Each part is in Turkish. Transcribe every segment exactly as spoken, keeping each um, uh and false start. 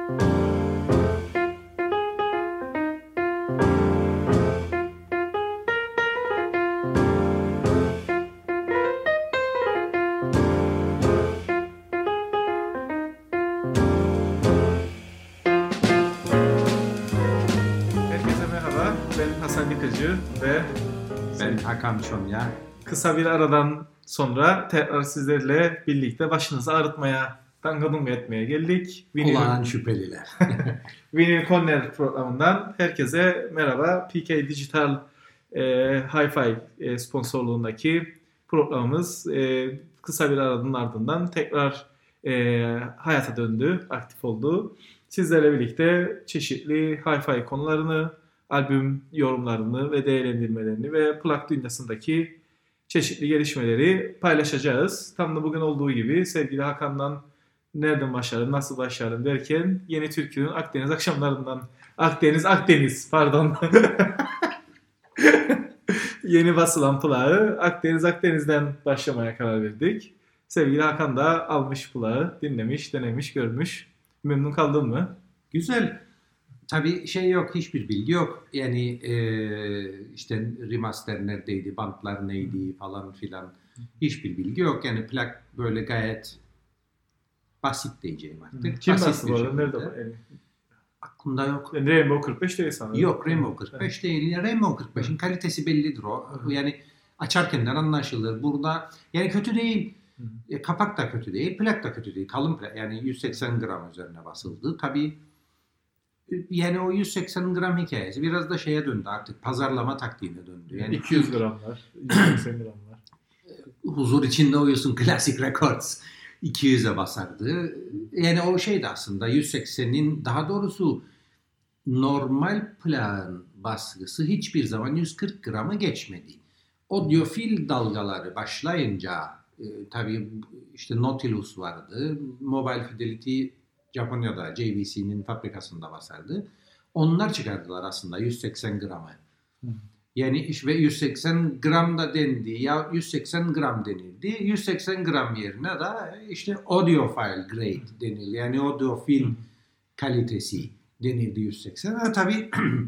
Ve ben Hakan Çonya. Kısa bir aradan sonra tekrar sizlerle birlikte başınızı ağrıtmaya, dangalonga etmeye geldik. Olağan şüpheliler. Vinyl Corner programından herkese merhaba. P K Digital e, Hi-Fi e, sponsorluğundaki programımız e, kısa bir aranın ardından tekrar e, hayata döndü, aktif oldu. Sizlerle birlikte çeşitli Hi-Fi konularını, albüm yorumlarını ve değerlendirmelerini ve plak dünyasındaki çeşitli gelişmeleri paylaşacağız. Tam da bugün olduğu gibi sevgili Hakan'dan nereden başlarım, nasıl başlarım derken Yeni Türkü'nün Akdeniz akşamlarından, Akdeniz, Akdeniz pardon. Yeni basılan plağı Akdeniz, Akdeniz'den başlamaya karar verdik. Sevgili Hakan da almış plağı, dinlemiş, denemiş, görmüş. Memnun kaldın mı? Güzel. Tabii şey yok, hiçbir bilgi yok. Yani e, işte remaster neredeydi, bantlar neydi falan filan hiçbir bilgi yok. Yani plak böyle gayet basit diyeceğim artık. Kim basit bastı bu arada? Nerede var? Yani, aklımda yok. Yani Rainbow kırk beş değil sanırım. Yok, Rainbow kırk beş değil. Yani Rainbow kırk beşin kalitesi bellidir o. Yani açarkenden anlaşılır. Burada yani kötü değil. E, kapak da kötü değil, plak da kötü değil. Kalın plak, yani yüz seksen gram üzerine basıldı. Tabii yani o yüz seksen gram hikayesi biraz da şeye döndü artık, pazarlama taktiğine döndü. Yani iki yüz gramlar, yüz seksen gramlar. Huzur içinde uyusun Classic Records iki yüze basardı. Yani o şeydi aslında yüz seksenin, daha doğrusu normal plağın baskısı hiçbir zaman yüz kırk gramı geçmedi. Audiofil dalgaları başlayınca e, tabii işte Nautilus vardı, Mobile Fidelity Japonya'da J V C'nin fabrikasında basardı. Onlar çıkardılar aslında yüz seksen gramı. Hı. Yani ve yüz seksen gram da dendi ya yüz seksen gram denildi. yüz seksen gram yerine de işte audiophile grade denildi. Yani audiofil kalitesi denildi yüz seksen. Ha, tabii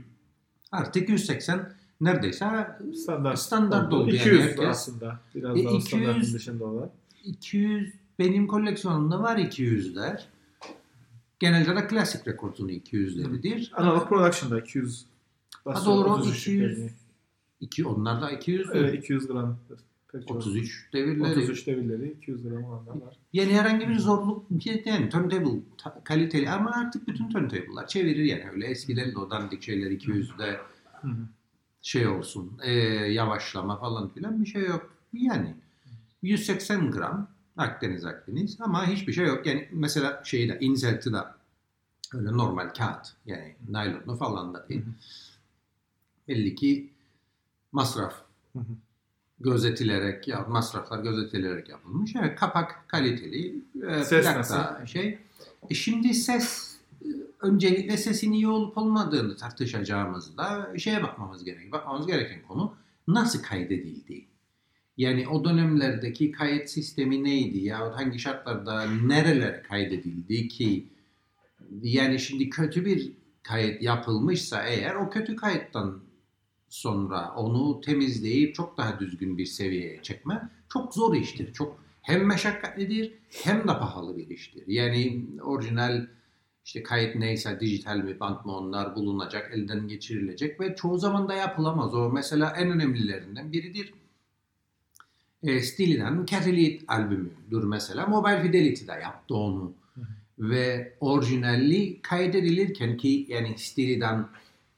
artık yüz seksen neredeyse standart, standart oldu. iki yüz yani aslında. Biraz e, daha standartın dışında olan. iki yüz benim koleksiyonumda var iki yüzler. Genelde de Classic Records'un iki yüzleridir. Analog Production'da iki yüz. Ha doğru, iki yüz. iki, onlar da iki yüz. Evet, iki yüz gram. otuz üç devirleri. otuz üç devirleri iki yüz gram olanlar var. Yani herhangi bir zorluk yani turntable kaliteli ama artık bütün turntable'lar çevirir yani öyle eskiden o dandik şeyler iki yüzde Hı-hı. şey olsun e, yavaşlama falan filan bir şey yok. Yani yüz seksen gram Akdeniz Akdeniz ama hiçbir şey yok. Yani mesela şeyde insert'i de öyle normal kağıt yani naylonlu falan da değil. Hı hı. Belli ki masraf hı hı. gözetilerek ya masraflar gözetilerek yapılmış. Evet, kapak kaliteli. E, ses nasıl? Şey. E şimdi ses öncelikle sesin iyi olup olmadığını tartışacağımızda şeye bakmamız gerekiyor. Bakmamız gereken konu nasıl kaydedildi? Yani o dönemlerdeki kayıt sistemi neydi ya? Hangi şartlarda nerelere kaydedildi ki? Yani şimdi kötü bir kayıt yapılmışsa eğer o kötü kayıttan sonra onu temizleyip çok daha düzgün bir seviyeye çekme çok zor iştir. Çok hem meşakkatlidir hem de pahalı bir iştir. Yani orijinal işte kayıt neyse dijital mi band mı onlar bulunacak, elden geçirilecek ve çoğu zaman da yapılamaz. O mesela en önemlilerinden biridir. E, Steely'den Cathy Lead albümüdür mesela. Mobile Fidelity de yaptı onu. Hı hı. Ve orijinalli kaydedilirken ki yani Steely'den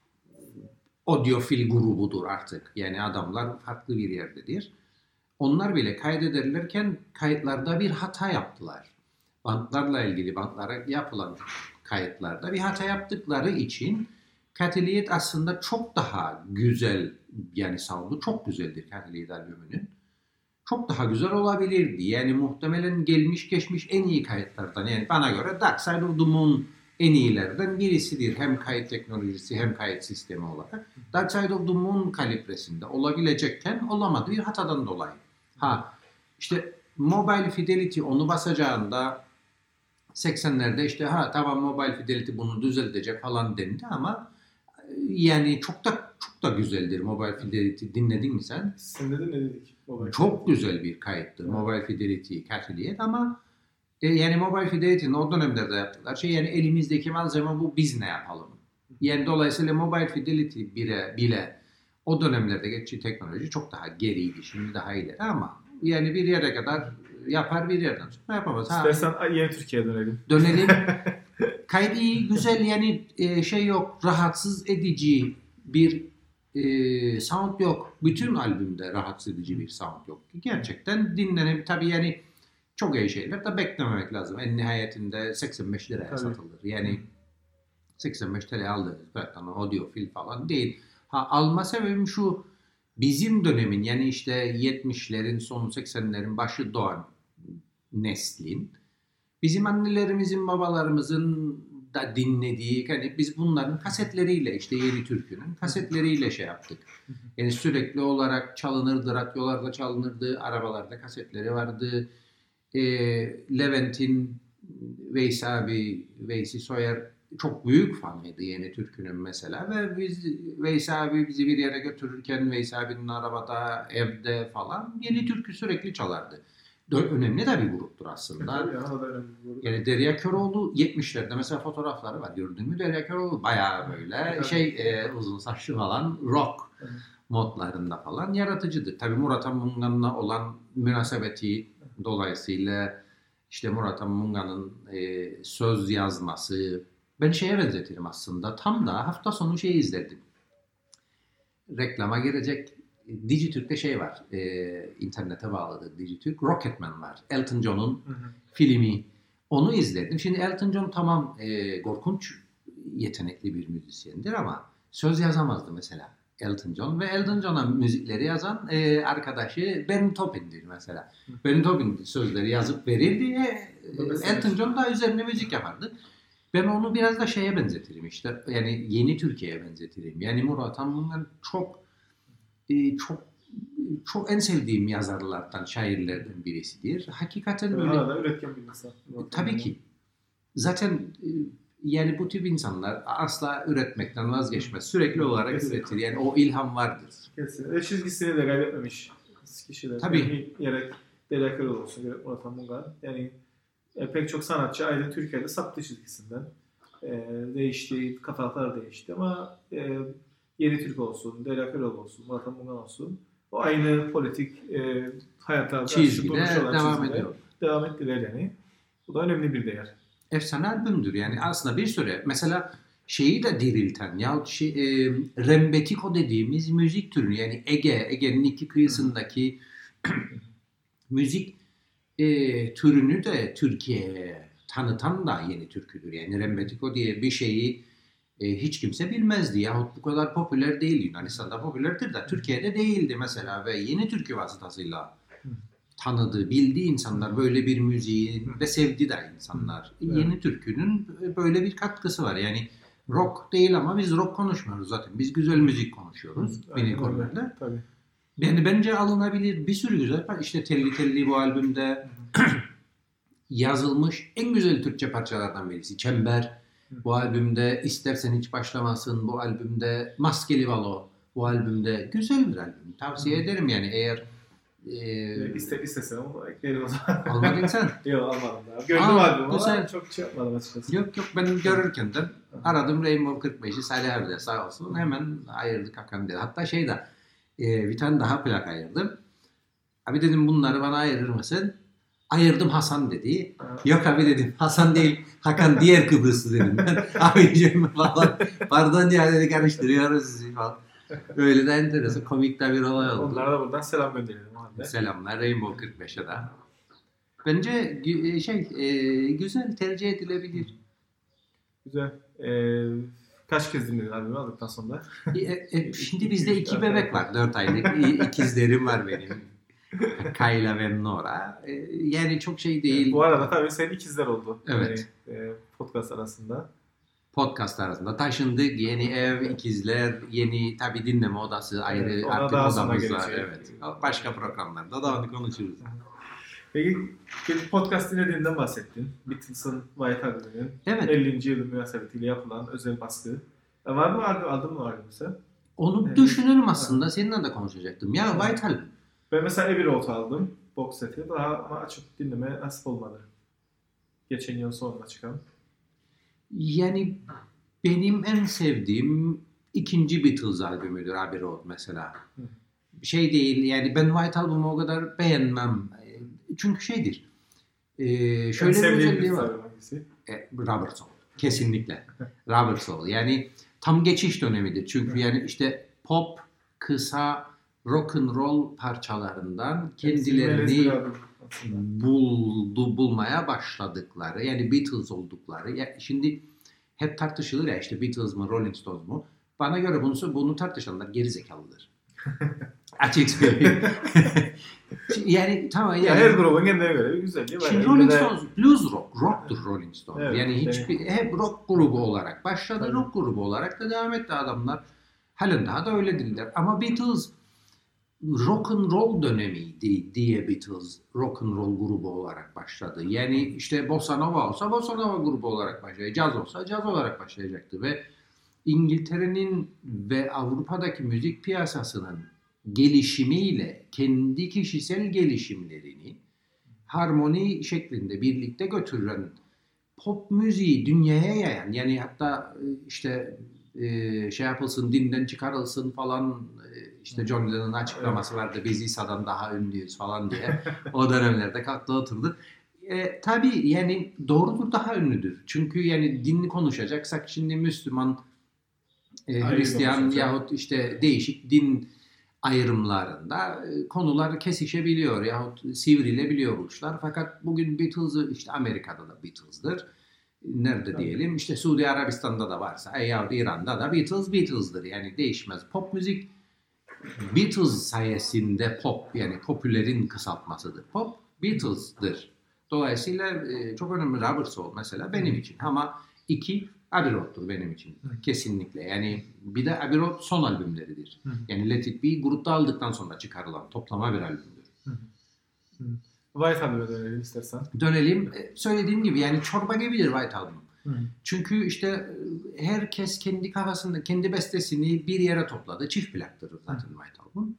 audiofil grubudur artık. Yani adamlar farklı bir yerdedir. Onlar bile kaydederlerken kayıtlarda bir hata yaptılar. Bantlarla ilgili bantlara yapılan kayıtlarda bir hata yaptıkları için Cathy Lead aslında çok daha güzel yani sound'u çok güzeldir Cathy Lead albümünün. Çok daha güzel olabilirdi. Yani muhtemelen gelmiş geçmiş en iyi kayıtlardan. Yani bana göre Dark Side of the Moon en iyilerden birisidir. Hem kayıt teknolojisi hem kayıt sistemi olarak. Dark Side of the Moon kalibresinde olabilecekken olamadı bir hatadan dolayı. Ha işte Mobile Fidelity onu basacağında seksenlerde işte ha tamam Mobile Fidelity bunu düzeltecek falan dendi ama yani çok da çok da güzeldir Mobile Fidelity. Dinledin mi sen? Sen dedin ne dedik? Mobile Çok güzel bir kayıttır evet. Mobile Fidelity Catholic ama e, yani Mobile Fidelity'nin o dönemlerde yaptılar şey yani elimizdeki malzeme bu biz ne yapalım? Yani dolayısıyla Mobile Fidelity bile, bile o dönemlerde geçtiği teknoloji çok daha geriydi. Şimdi daha ileri ama yani bir yere kadar yapar bir yerden sonra yapamaz. İstersen ha, yeni Türkiye'ye dönelim. Dönelim. Kayıt iyi, güzel yani e, şey yok, rahatsız edici bir e, sound yok. Bütün albümde rahatsız edici bir sound yok. Gerçekten dinlenip tabii yani çok iyi şeyler de beklememek lazım. En nihayetinde seksen beş liraya tabii. Satılır. Yani seksen beş T L aldı. Zaten audiofil falan değil. Ha alma sebebim şu, bizim dönemin yani işte yetmişlerin sonu seksenlerin başı doğan neslin bizim annelerimizin, babalarımızın da dinlediği, hani biz bunların kasetleriyle işte Yeni Türkü'nün kasetleriyle şey yaptık. Yani sürekli olarak çalınırdı, radyolarda çalınırdı, arabalarda kasetleri vardı. E, Levent'in, Veys abi, Veysi Soyer çok büyük fanıydı Yeni Türkü'nün mesela ve biz Veys abi bizi bir yere götürürken Veys abinin arabada, evde falan Yeni Türkü sürekli çalardı. Önemli de bir gruptur aslında. Yani Derya Köroğlu yetmişlerde mesela fotoğrafları var. Gördün mü Derya Köroğlu? Bayağı böyle şey e, uzun saçlı falan rock modlarında falan yaratıcıdır. Tabii Murat Anmungan'la olan münasebeti dolayısıyla işte Murat Anmungan'ın e, söz yazması ben şeye benzetirim aslında. Tam da hafta sonu şey izledim. Reklama girecek Dijitürk'te şey var, e, internete bağladı Dijitürk, Rocketman var. Elton John'un hı hı. filmi. Onu izledim. Şimdi Elton John tamam e, korkunç yetenekli bir müzisyendir ama söz yazamazdı mesela Elton John. Ve Elton John'a müzikleri yazan e, arkadaşı Ben Taupin'dir mesela. Hı. Ben Taupin sözleri yazıp verirdi. E, Elton John da üzerine müzik yapardı. Ben onu biraz da şeye benzetirim işte. Yani Yeni Türkiye'ye benzetirim. Yani Murat Anmungan çok çok çok en sevdiğim yazarlardan, şairlerden birisidir. Hakikaten öyle. Hala da üretken bir insan. Tabii ki. Zaten yani bu tip insanlar asla üretmekten vazgeçmez. Sürekli olarak kesinlikle üretir. Yani o ilham vardır. Kesinlikle. Çizgisini de kaybetmemiş kişiler. Tabii. Yani gerek Derya Köroğlu olsun, gerek Murat Anmungan. Yani e, pek çok sanatçı ayrı Türkiye'de saptı çizgisinden. E, değişti, kafalar değişti ama e, Yeni Türk olsun, Derya Köroğlu olsun, Murat Anmungan olsun. O aynı politik e, hayata çizgide devam ediyor. Devam ettiler yani. Bu da önemli bir değer. Efsane albümdür yani aslında bir süre. Mesela şeyi de dirilten ya şey, e, Rembetiko dediğimiz müzik türünü yani Ege, Ege'nin iki kıyısındaki müzik e, türünü de Türkiye'ye tanıtan da Yeni Türküdür. Yani Rembetiko diye bir şeyi e, hiç kimse bilmezdi. Yahut bu kadar popüler değildi. Yunanistan'da popülerdir de Türkiye'de değildi mesela ve Yeni Türkü vasıtasıyla tanıdığı, bildiği insanlar böyle bir müziği ve sevdi de insanlar. Evet. Yeni Türkü'nün böyle bir katkısı var. Yani rock değil ama biz rock konuşmuyoruz zaten. Biz güzel müzik konuşuyoruz. Benim konularda. Yani bence alınabilir bir sürü güzel. İşte Telli Telli bu albümde yazılmış en güzel Türkçe parçalardan birisi. Çember bu albümde, istersen hiç başlamasın bu albümde, Maskeli Balo bu albümde. Güzel bir albüm. Tavsiye ederim yani eğer Ee, İste, istesen onu ekleyelim o zaman. Almadın sen? Yok almadım daha. Gördüm albümü ama sen... çok şey yapmadım açıkçası. Yok yok ben görürken de aradım Rainbow kırk beşi Salih abi de sağ olsun hemen ayırdık Hakan dedi. Hatta şey de e, bir tane daha plak ayırdım. Abi dedim bunları bana ayırır mısın? Ayırdım Hasan dedi. Evet. Yok abi dedim Hasan değil Hakan diğer Kıbrıslı dedim ben. Abicim falan pardon ya dedi karıştırıyoruz sizi falan. Öyle de enteresan komik de bir olay oldu. Onlara da buradan selam gönderelim. Halde. Selamlar Rainbow kırk beşe de. Bence şey e, güzel tercih edilebilir. Güzel. Ee, kaç kez dinledin albümü aldıktan sonra? e, e, şimdi bizde iki bebek var. Dört aylık ikizlerim var benim. Kayla ve Nora. E, yani çok şey değil. Evet, bu arada tabii senin ikizler oldu. Evet. Yani, e, podcast arasında. Podcast arasında taşındık. Yeni ev, ikizler, yeni tabii dinleme odası ayrı evet, artık odamız var. Evet. Başka programlarda da onu konuşuruz. Peki bir podcast dinlediğinden bahsettin. Beatles'ın White Album'un Evet. ellinci yılı münasebetiyle yapılan özel baskı. E, var mı? Aldın mı albümse? Onu Evet. düşünürüm aslında. Seninle de konuşacaktım. Ya Evet. White Album. Ben mesela Abbey Road aldım. Box seti. Daha ama açıp dinleme nasip olmadı. Geçen yıl sonuna çıkan. Yani benim en sevdiğim ikinci Beatles albümüdür Abbey Road mesela. Hı. Şey değil yani ben White Album'u o kadar beğenmem. Çünkü şeydir. Ee, şöyle bir özelliği var. E, Rubber Soul. Kesinlikle. Rubber Soul. Yani tam geçiş dönemidir. Çünkü Hı. yani işte pop, kısa, rock and roll parçalarından kendilerini buldu, bulmaya başladıkları, yani Beatles oldukları. Yani şimdi hep tartışılır ya işte Beatles mı, Rolling Stones mu? Bana göre bunu, bunu tartışanlar gerizekalıdır. Açık söyleyeyim. Yani tamam yani. Ya her grubun kendine göre bir güzelliği var. Şimdi yani Rolling de... Stones blues rock, rock'tur Rolling Stones. Evet, yani hiçbir hep rock grubu olarak başladı, Tabii. rock grubu olarak da devam etti adamlar. Halen daha da öyledirler. Ama Beatles rock and roll dönemiydi diye Beatles rock and roll grubu olarak başladı. Yani işte Bossa Nova olsa Bossa Nova grubu olarak başlayacaktı. Caz olsa caz olarak başlayacaktı ve İngiltere'nin ve Avrupa'daki müzik piyasasının gelişimiyle kendi kişisel gelişimlerini harmoni şeklinde birlikte götüren pop müziği dünyaya yayan, yani hatta işte e, şey yapılsın, dinden çıkarılsın falan, işte John Lennon'ın açıklaması vardı, biz İsa'dan daha ünlüyüz falan diye o dönemlerde kalktı oturdu. E, tabii yani doğrudur, daha ünlüdür. Çünkü yani dinli konuşacaksak şimdi Müslüman, e, Hristiyan yahut işte değişik din ayrımlarında konular kesişebiliyor yahut sivrilebiliyor uçlar. Fakat bugün Beatles'ı işte Amerika'da da Beatles'dır. Nerede Tabii. diyelim işte Suudi Arabistan'da da varsa yahut İran'da da Beatles Beatles'dır. Yani değişmez. Pop müzik Beatles sayesinde pop, yani popülerin kısaltmasıdır. Pop Beatles'dır. Dolayısıyla çok önemli Rubber Soul mesela benim için. Ama iki Abbey Road'dur benim için. Hı. Kesinlikle. Yani bir de Abbey Road son albümleridir. Hı. Yani Let It Be grupta aldıktan sonra çıkarılan toplama bir albümdür. Hı. Hı. White Album'a dönelim istersen. Dönelim. Söylediğim gibi yani çorba gibidir White Album. Hı. Çünkü işte herkes kendi kafasında kendi bestesini bir yere topladı. Çift plaktır zaten Hı. White Album.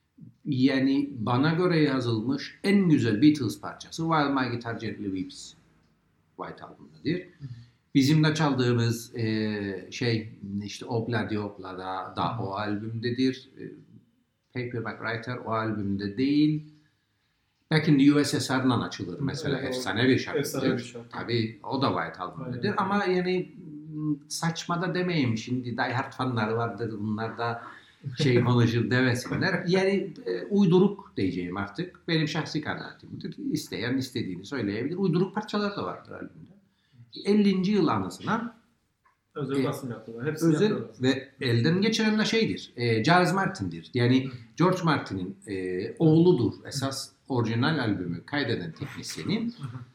Yani bana göre yazılmış en güzel Beatles parçası While My Guitar Gently Weeps White Album'dadır. Hı. Bizim de çaldığımız e, şey işte Obladi Oblada da o albümdedir. E, Paperback Writer o albümde değil. Back in the U S S R'dan açılır mesela. Evet, efsane bir şarkıdır. Tabii o da White Album'dadır. Ama yani saçma da demeyeyim şimdi. Die Hard fanları vardır. Bunlar da şey konuşur demesinler. Yani e, uyduruk diyeceğim artık. Benim şahsi kanaatimdir. İsteyen istediğini söyleyebilir. Uyduruk parçalar da vardır albümde. ellinci yıl anısına özel basım yaptılar. Hepsi özel ve elden geçiren de şeydir. E, Charles Martin'dir. Yani George Martin'in e, oğludur. Esas orijinal albümü kaydeden teknisyenin,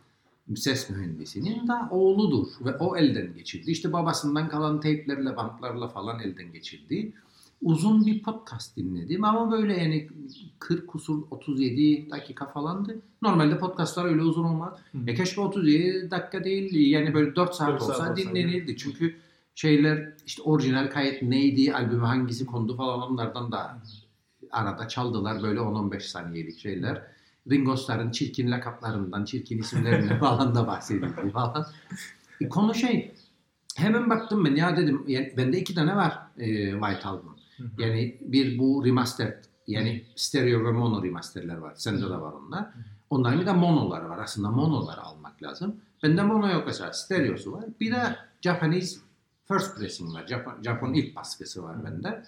ses mühendisinin de oğludur ve o elden geçirdi. İşte babasından kalan teyplerle, bantlarla falan elden geçirdi. Uzun bir podcast dinledim ama böyle yani kırk kusur otuz yedi dakika falandı. Normalde podcastlar öyle uzun olmaz. E keşke otuz yedi dakika değil yani böyle dört saat dört olsa saat dinlenirdi. Çünkü şeyler işte orijinal kayıt neydi, albüme hangisi kondu falan onlardan da arada çaldılar böyle on on beş saniyelik şeyler. Ringo Starr'ın çirkin lakaplarından, çirkin isimlerinden falan da bahsedildi falan. E konu şey, hemen baktım ben ya dedim yani bende iki tane var e, White Album. Yani bir bu remastered, yani stereo ve mono remasterler var. Sende de var onlar. Onların bir de monoları var. Aslında monoları almak lazım. Bende mono yok mesela. Stereosu var. Bir de Japanese first pressing var. Japon, Japon ilk baskısı var bende.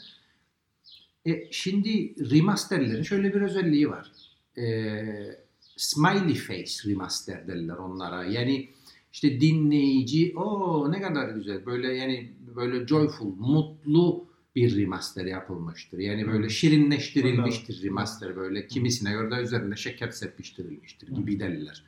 E, şimdi remasterlerin şöyle bir özelliği var. E, smiley face remaster derler onlara. Yani işte dinleyici o ne kadar güzel. Böyle yani böyle joyful, mutlu bir remaster yapılmıştır. Yani böyle şirinleştirilmiştir remaster böyle. Kimisine göre de üzerinde şeker serpiştirilmiştir gibi derler.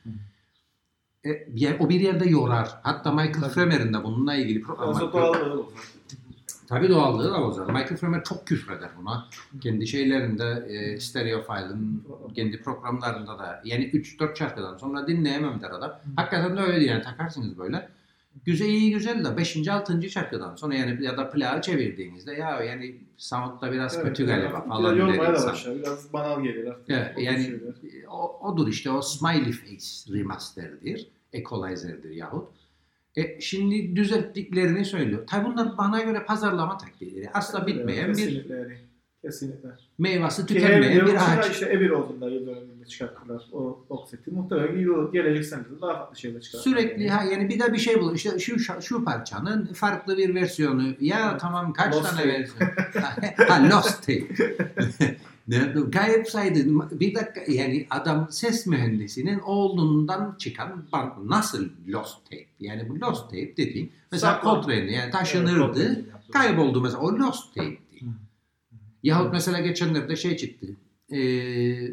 E, o bir yerde yorar. Hatta Michael Kramer'in de bununla ilgili programı var. Tabii doğallığı da bozar. Michael Fremer çok küfreder buna. Kendi şeylerinde, e, Stereophile'ın kendi programlarında da yani üç dört şarkıdan sonra dinleyemem der adam. Hakikaten de öyle değil yani takarsınız böyle. Güzel iyi güzel de beşinci altıncı şarkıdan sonra yani ya da plağı çevirdiğinizde ya yani sound'da biraz Evet, kötü yani galiba biraz falan yormaya der da insan. başlar. Biraz banal gelir artık. Evet, O yani şeyler. o, odur işte o Smiley Face remaster'dir, equalizer'dir yahut. E, şimdi düzelttiklerini söylüyor. Tabi bunlar bana göre pazarlama taktikleri. Asla bitmeyen bir Kesinlikle yani. Kesinlikle. meyvesi Ki tükenmeyen hem bir Yavuz'un da ağaç. işte Emir olduğunda yıl dönümünde çıkarttılar o box seti. Muhtemelen yıl, gelecek senede daha farklı şeyler çıkarttılar. Sürekli yani. ha yani bir de bir şey bul. İşte şu şu parçanın farklı bir versiyonu. Ya Evet. tamam kaç Lost tane Tape. versiyon? ha Lost Tape. Ne- Gayet saydı. Bir dakika yani adam ses mühendisinin oğlundan çıkan band. Nasıl Lost Tape? Yani bu Lost Tape dediğin mesela Saklan. Coltrane'de yani Evet, taşınırdı. Coltrane'in yaptığı. Kayboldu mesela. O Lost Tape değil. Hı. Yahut mesela geçenlerde şey çıktı. Ee, e,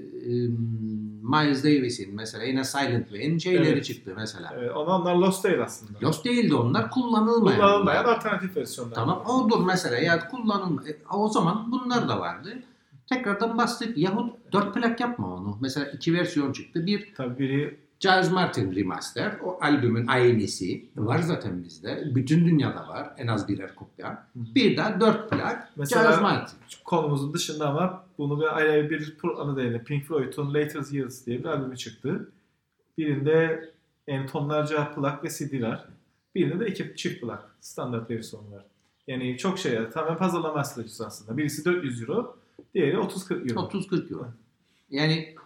Miles Davis'in mesela yine Silent Way'in şeyleri Evet. çıktı mesela. Evet, onlar, onlar Lost değil aslında. Lost değildi onlar kullanılmayan. Kullanılmayan alternatif versiyonlar. Tamam odur mesela ya kullanılma. E, o zaman bunlar da vardı. Tekrardan bastık yahut dört plak yapma onu. Mesela iki versiyon çıktı. Bir Tabii biri Giles Martin Remaster. O albümün aynısı var zaten bizde. Bütün dünyada var. En az birer kopya. Bir de dört plak Mesela- Giles Martin. konumuzun dışında ama bunu bir ayrı bir programda değindim. Pink Floyd'un Later Years diye bir albümü çıktı. Birinde yani tonlarca plak ve C D'ler. Birinde de iki çift plak. Standart versiyonu var. Yani çok şey ya. Tamamen pazarlama stratejisi aslında. Birisi dört yüz euro. Diğeri otuz kırk euro. otuz kırk euro. Yani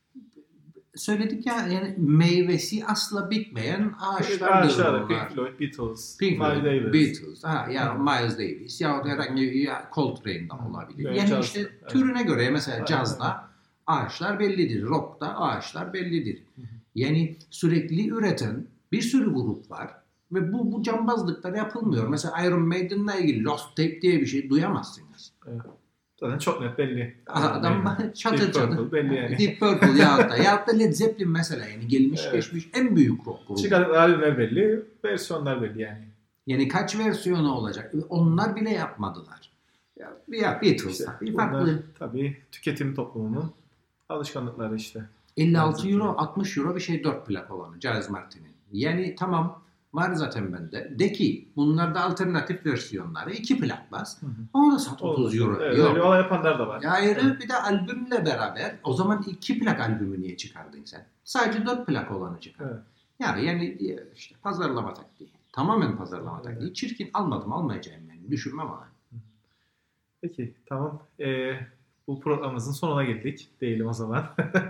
söyledik ya yani meyvesi asla bitmeyen ağaçlar Ağaçlar, diyorlar. Pink Floyd, Beatles, Pink Miles Floyd, Davis. Beatles, ha, ya Miles Davis ya herhangi ya Coltrane'de olabilir. Evet, yani caz, işte evet. türüne göre mesela Evet, cazda ağaçlar bellidir, rock'ta ağaçlar bellidir. Yani sürekli üreten bir sürü grup var ve bu bu cambazlıklar yapılmıyor. Mesela Iron Maiden'la ilgili Lost Tape diye bir şey duyamazsınız. Evet. Zaten çok net belli. Adam çatır Deep çatır. Purple belli yani. Deep Purple yahut da, yahut da Led Zeppelin mesela yani gelmiş Evet. geçmiş en büyük rock grubu. Çıkardıkları albümler belli, versiyonlar belli yani. Yani kaç versiyonu olacak? Onlar bile yapmadılar. Ya, ya Beatles İşte tabii bunlar farklı. tabii tüketim toplumunun alışkanlıkları işte. elli altı Benzin. euro altmış euro bir şey dört plak olanı Giles Martin'in. Yani tamam var zaten bende. De ki bunlarda alternatif versiyonları iki plak bas. Hı hı. Onu da sat otuz euro. Evet, Yok. öyle olay yapanlar da var. Ya ayrı Evet. bir de albümle beraber o zaman iki plak albümü niye çıkardın sen? Sadece dört plak olanı çıkar. Evet. Ya yani işte pazarlama taktiği. Tamamen pazarlama Evet. taktiği. Çirkin almadım almayacağım yani. Düşünmem ama. Peki tamam. Ee, bu programımızın sonuna geldik. Değilim o zaman.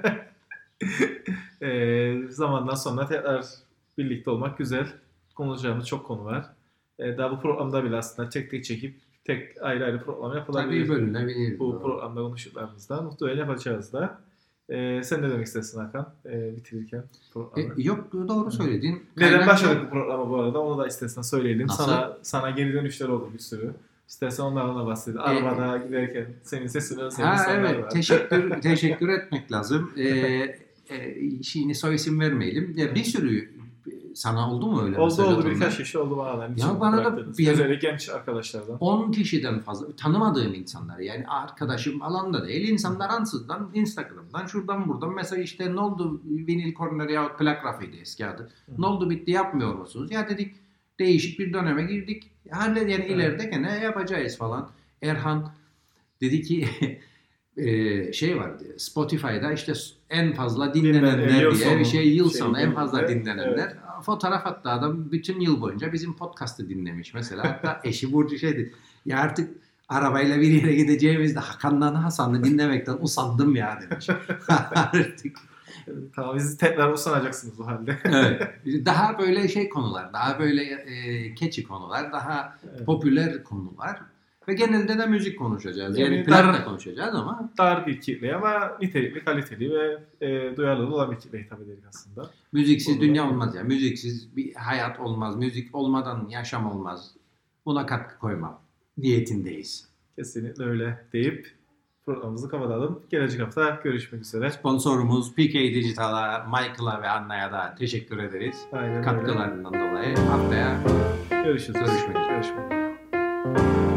ee, zamandan sonra tekrar birlikte olmak güzel. Konuşacağımız çok konu var. Ee, daha bu programda bile aslında tek tek çekip tek ayrı ayrı program yapılabilir. Tabii bölünebilir. Bu programda konuştuklarımızda. Muhtemelen yapacağız da. Ee, sen ne demek istersin Hakan ee, bitirirken programı? E, yok doğru söyledin. Neden Kaynak başladık yok. bu programa bu arada? Onu da istersen söyleyelim. Nasıl? Sana sana geri dönüşler oldu bir sürü. İstersen onlardan da bahsedelim. Arabada giderken senin sesini özleyen Ha insanlar evet var. teşekkür teşekkür etmek lazım. Ee, e, şeyini soy isim vermeyelim. Ya bir sürü sana oldu mu öyle? Oldu mesela oldu onlar? birkaç kişi oldu bana. Ya Niçin bana da bıraktınız? bir- Özellikle genç arkadaşlardan. on kişiden fazla tanımadığım insanlar yani arkadaşım falan da değil insanlar ansızdan Instagram'dan şuradan buradan mesela işte ne oldu vinil corner ya plak rafıydı eski adı. Ne oldu bitti yapmıyor musunuz? Ya dedik değişik bir döneme girdik. Hallet yani Evet. ileride gene yapacağız falan. Erhan dedi ki e, şey vardı Spotify'da işte en fazla dinlenenler Dinlenen, yıl diye bir sonu şey yıl şey sonu en fazla birlikte. dinlenenler. Fotoğraf attı adam bütün yıl boyunca bizim podcast'ı dinlemiş mesela. Hatta eşi Burcu şeydi ya artık arabayla bir yere gideceğimizde Hakan'dan Hasan'ı dinlemekten usandım ya demiş. Artık Tamam bizi tekrar usanacaksınız o halde. evet. Daha böyle şey konular, daha böyle e, catchy konular, daha Evet. popüler konular ve genelde de müzik konuşacağız. Yani Yani plak dar- da konuşacağız ama Dar bir kitle ama nitelikli, kaliteli ve e, duyarlı olan bir kitleye hitap ederiz aslında. müziksiz Olur. dünya olmaz ya. Müziksiz bir hayat olmaz. Müzik olmadan yaşam olmaz. Buna katkı koymam. Niyetindeyiz. Kesinlikle öyle deyip programımızı kapatalım. Gelecek hafta görüşmek üzere. Sponsorumuz P K Digital'a, Michael'a ve Anna'ya da teşekkür ederiz. Aynen öyle. Katkılarından dolayı haftaya Görüşürüz. Görüşmek üzere. Görüşmek üzere.